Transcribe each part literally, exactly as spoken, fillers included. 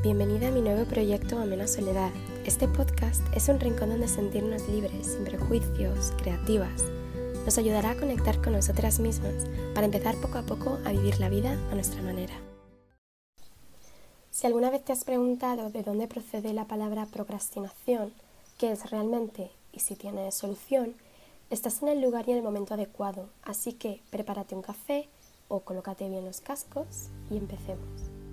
Bienvenida a mi nuevo proyecto Amena Soledad. Este podcast es un rincón donde sentirnos libres, sin prejuicios, creativas. Nos ayudará a conectar con nosotras mismas para empezar poco a poco a vivir la vida a nuestra manera. Si alguna vez te has preguntado de dónde procede la palabra procrastinación, qué es realmente y si tiene solución, estás en el lugar y en el momento adecuado, así que prepárate un café o colócate bien los cascos y empecemos.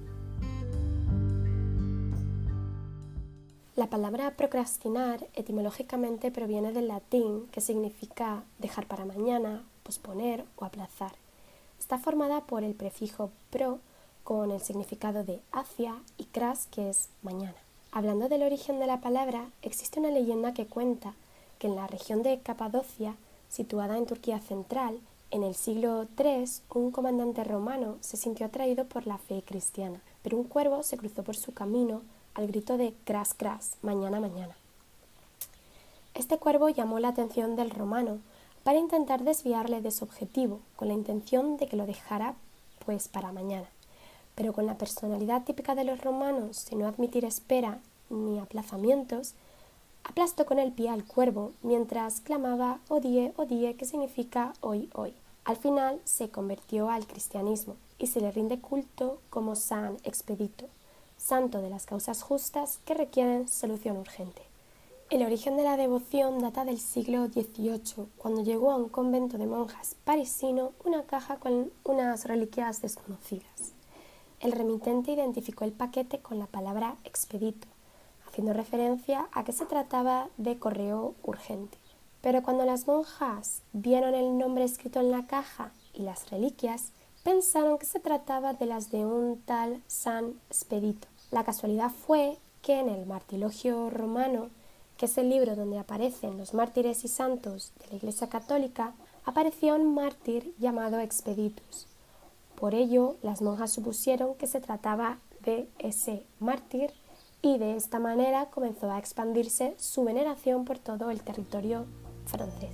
La palabra procrastinar etimológicamente proviene del latín que significa dejar para mañana, posponer o aplazar. Está formada por el prefijo pro con el significado de hacia y cras, que es mañana. Hablando del origen de la palabra, existe una leyenda que cuenta que en la región de Capadocia, situada en Turquía central, en el siglo tercero, un comandante romano se sintió atraído por la fe cristiana, pero un cuervo se cruzó por su camino al grito de cras cras, mañana mañana. Este cuervo llamó la atención del romano para intentar desviarle de su objetivo, con la intención de que lo dejara pues para mañana. Pero con la personalidad típica de los romanos de no admitir espera ni aplazamientos, aplastó con el pie al cuervo mientras clamaba odie, odie, que significa hoy, hoy. Al final se convirtió al cristianismo y se le rinde culto como San Expedito, santo de las causas justas que requieren solución urgente. El origen de la devoción data del siglo dieciocho, cuando llegó a un convento de monjas parisino una caja con unas reliquias desconocidas. El remitente identificó el paquete con la palabra expedito, haciendo referencia a que se trataba de correo urgente. Pero cuando las monjas vieron el nombre escrito en la caja y las reliquias, pensaron que se trataba de las de un tal San Expedito. La casualidad fue que en el Martirologio Romano, que es el libro donde aparecen los mártires y santos de la Iglesia Católica, aparecía un mártir llamado Expeditus. Por ello, las monjas supusieron que se trataba de ese mártir y de esta manera comenzó a expandirse su veneración por todo el territorio francés.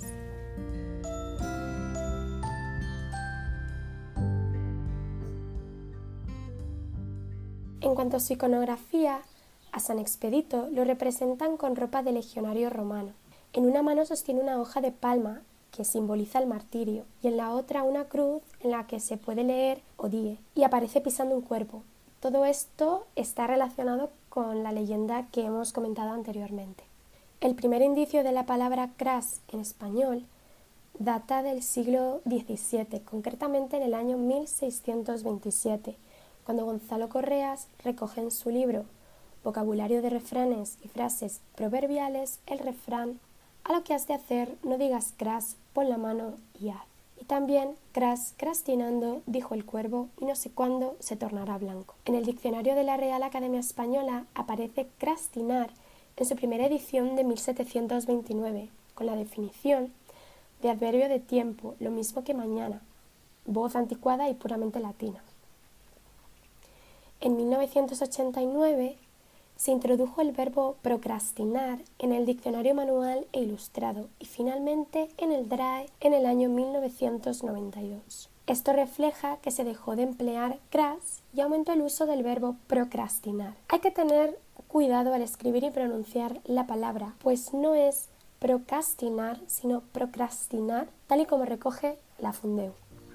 En cuanto a su iconografía, a San Expedito lo representan con ropa de legionario romano. En una mano sostiene una hoja de palma que simboliza el martirio y en la otra una cruz en la que se puede leer odie y aparece pisando un cuerpo. Todo esto está relacionado con la leyenda que hemos comentado anteriormente. El primer indicio de la palabra cras en español data del siglo diecisiete, concretamente en el año mil seiscientos veintisiete, cuando Gonzalo Correas recoge en su libro Vocabulario de refranes y frases proverbiales el refrán: a lo que has de hacer no digas cras, pon la mano y haz. Y también cras, crastinando, dijo el cuervo, y no sé cuándo se tornará blanco. En el diccionario de la Real Academia Española aparece crastinar en su primera edición de mil setecientos veintinueve, con la definición de adverbio de tiempo, lo mismo que mañana, voz anticuada y puramente latina. En mil novecientos ochenta y nueve se introdujo el verbo procrastinar en el Diccionario Manual e Ilustrado y finalmente en el D R A E en el año mil novecientos noventa y dos. Esto refleja que se dejó de emplear cras y aumentó el uso del verbo procrastinar. Hay que tener cuidado al escribir y pronunciar la palabra, pues no es procrastinar, sino procrastinar, tal y como recoge la Fundeu.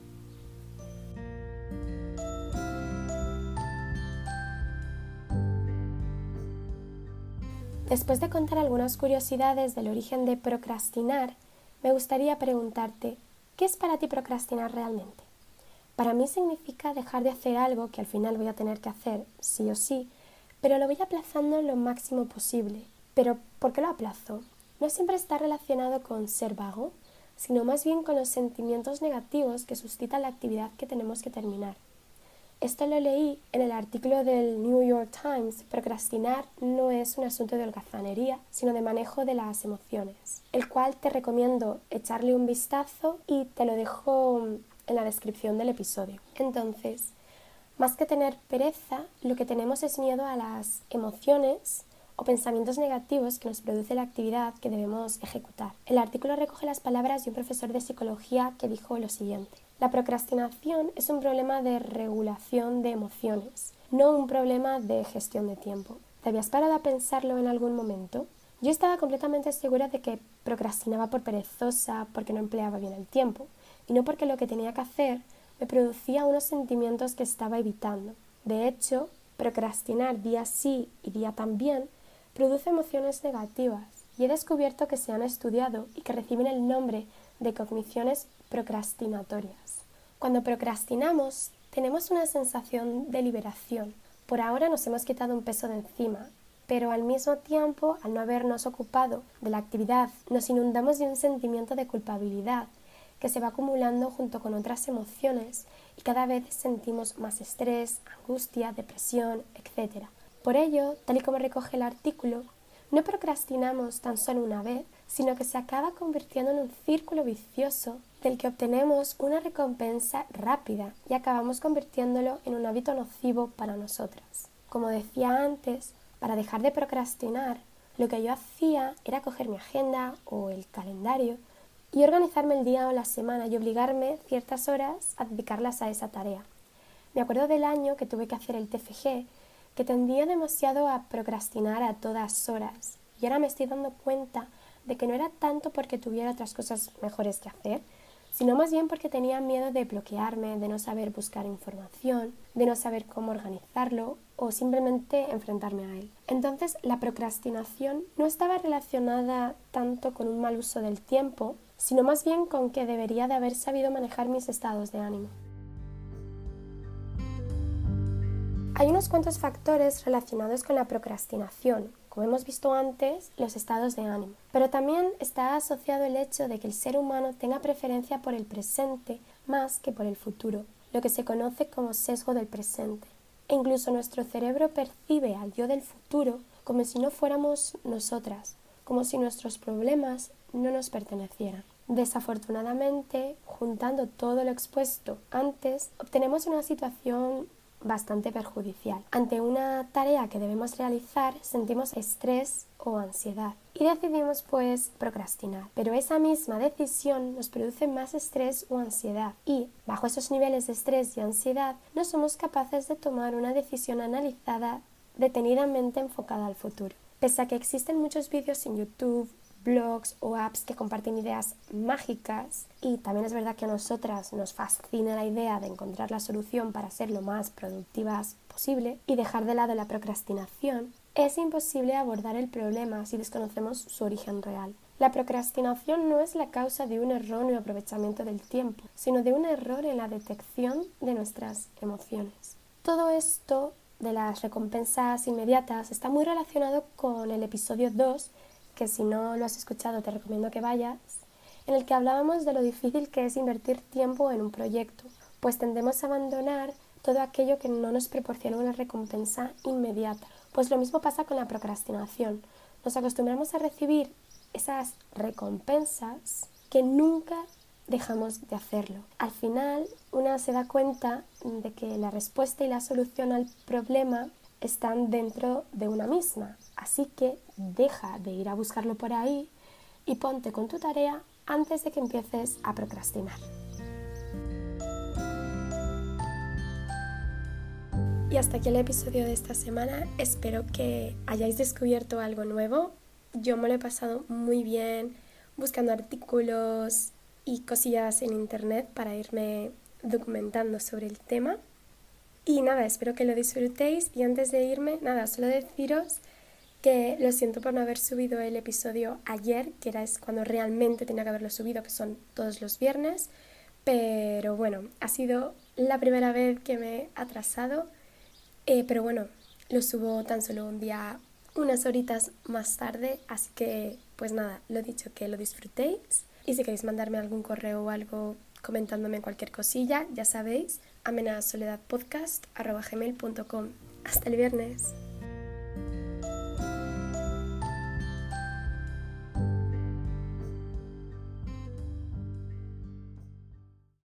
Después de contar algunas curiosidades del origen de procrastinar, me gustaría preguntarte, ¿qué es para ti procrastinar realmente? Para mí significa dejar de hacer algo que al final voy a tener que hacer, sí o sí, pero lo voy aplazando lo máximo posible. ¿Pero por qué lo aplazo? No siempre está relacionado con ser vago, sino más bien con los sentimientos negativos que suscita la actividad que tenemos que terminar. Esto lo leí en el artículo del New York Times. Procrastinar no es un asunto de holgazanería, sino de manejo de las emociones, el cual te recomiendo echarle un vistazo y te lo dejo en la descripción del episodio. Entonces, más que tener pereza, lo que tenemos es miedo a las emociones o pensamientos negativos que nos produce la actividad que debemos ejecutar. El artículo recoge las palabras de un profesor de psicología que dijo lo siguiente: la procrastinación es un problema de regulación de emociones. no un problema de gestión de tiempo. ¿Te habías parado a pensarlo en algún momento? Yo estaba completamente segura de que procrastinaba por perezosa, porque no empleaba bien el tiempo, y no porque lo que tenía que hacer me producía unos sentimientos que estaba evitando. De hecho, procrastinar día sí y día también produce emociones negativas, y he descubierto que se han estudiado y que reciben el nombre de cogniciones procrastinatorias. Cuando procrastinamos, tenemos una sensación de liberación. Por ahora nos hemos quitado un peso de encima, pero al mismo tiempo, al no habernos ocupado de la actividad, nos inundamos de un sentimiento de culpabilidad que se va acumulando junto con otras emociones y cada vez sentimos más estrés, angustia, depresión, etcétera. Por ello, tal y como recoge el artículo, no procrastinamos tan solo una vez, sino que se acaba convirtiendo en un círculo vicioso del que obtenemos una recompensa rápida y acabamos convirtiéndolo en un hábito nocivo para nosotras. Como decía antes, para dejar de procrastinar, lo que yo hacía era coger mi agenda o el calendario y organizarme el día o la semana y obligarme ciertas horas a dedicarlas a esa tarea. Me acuerdo del año que tuve que hacer el T F G, que tendía demasiado a procrastinar a todas horas, y ahora me estoy dando cuenta de que no era tanto porque tuviera otras cosas mejores que hacer, sino más bien porque tenía miedo de bloquearme, de no saber buscar información, de no saber cómo organizarlo o simplemente enfrentarme a él. Entonces, la procrastinación no estaba relacionada tanto con un mal uso del tiempo, sino más bien con que debería de haber sabido manejar mis estados de ánimo. Hay unos cuantos factores relacionados con la procrastinación, como hemos visto antes, los estados de ánimo. Pero también está asociado el hecho de que el ser humano tenga preferencia por el presente más que por el futuro, lo que se conoce como sesgo del presente. E incluso nuestro cerebro percibe al yo del futuro como si no fuéramos nosotras, como si nuestros problemas no nos pertenecieran. Desafortunadamente, juntando todo lo expuesto antes, obtenemos una situación bastante perjudicial. Ante una tarea que debemos realizar, sentimos estrés o ansiedad y decidimos pues procrastinar. Pero esa misma decisión nos produce más estrés o ansiedad y, bajo esos niveles de estrés y ansiedad, no somos capaces de tomar una decisión analizada, detenidamente enfocada al futuro. Pese a que existen muchos vídeos en YouTube, blogs o apps que comparten ideas mágicas, y también es verdad que a nosotras nos fascina la idea de encontrar la solución para ser lo más productivas posible y dejar de lado la procrastinación, es imposible abordar el problema si desconocemos su origen real. La procrastinación no es la causa de un erróneo aprovechamiento del tiempo, sino de un error en la detección de nuestras emociones. Todo esto de las recompensas inmediatas está muy relacionado con el episodio dos, que si no lo has escuchado te recomiendo que vayas, en el que hablábamos de lo difícil que es invertir tiempo en un proyecto, pues tendemos a abandonar todo aquello que no nos proporciona una recompensa inmediata. Pues lo mismo pasa con la procrastinación. Nos acostumbramos a recibir esas recompensas que nunca dejamos de hacerlo. Al final, una se da cuenta de que la respuesta y la solución al problema están dentro de una misma. Así que deja de ir a buscarlo por ahí y ponte con tu tarea antes de que empieces a procrastinar. Y hasta aquí el episodio de esta semana. Espero que hayáis descubierto algo nuevo. Yo me lo he pasado muy bien buscando artículos y cosillas en internet para irme documentando sobre el tema. Y nada, espero que lo disfrutéis. Y antes de irme, nada, solo deciros que lo siento por no haber subido el episodio ayer, que era cuando realmente tenía que haberlo subido, que son todos los viernes. Pero bueno, ha sido la primera vez que me he atrasado. Eh, pero bueno, lo subo tan solo un día, unas horitas más tarde. Así que, pues nada, lo dicho, que lo disfrutéis. Y si queréis mandarme algún correo o algo comentándome cualquier cosilla, ya sabéis, amenasoledadpodcast arroba gmail punto com. Hasta el viernes.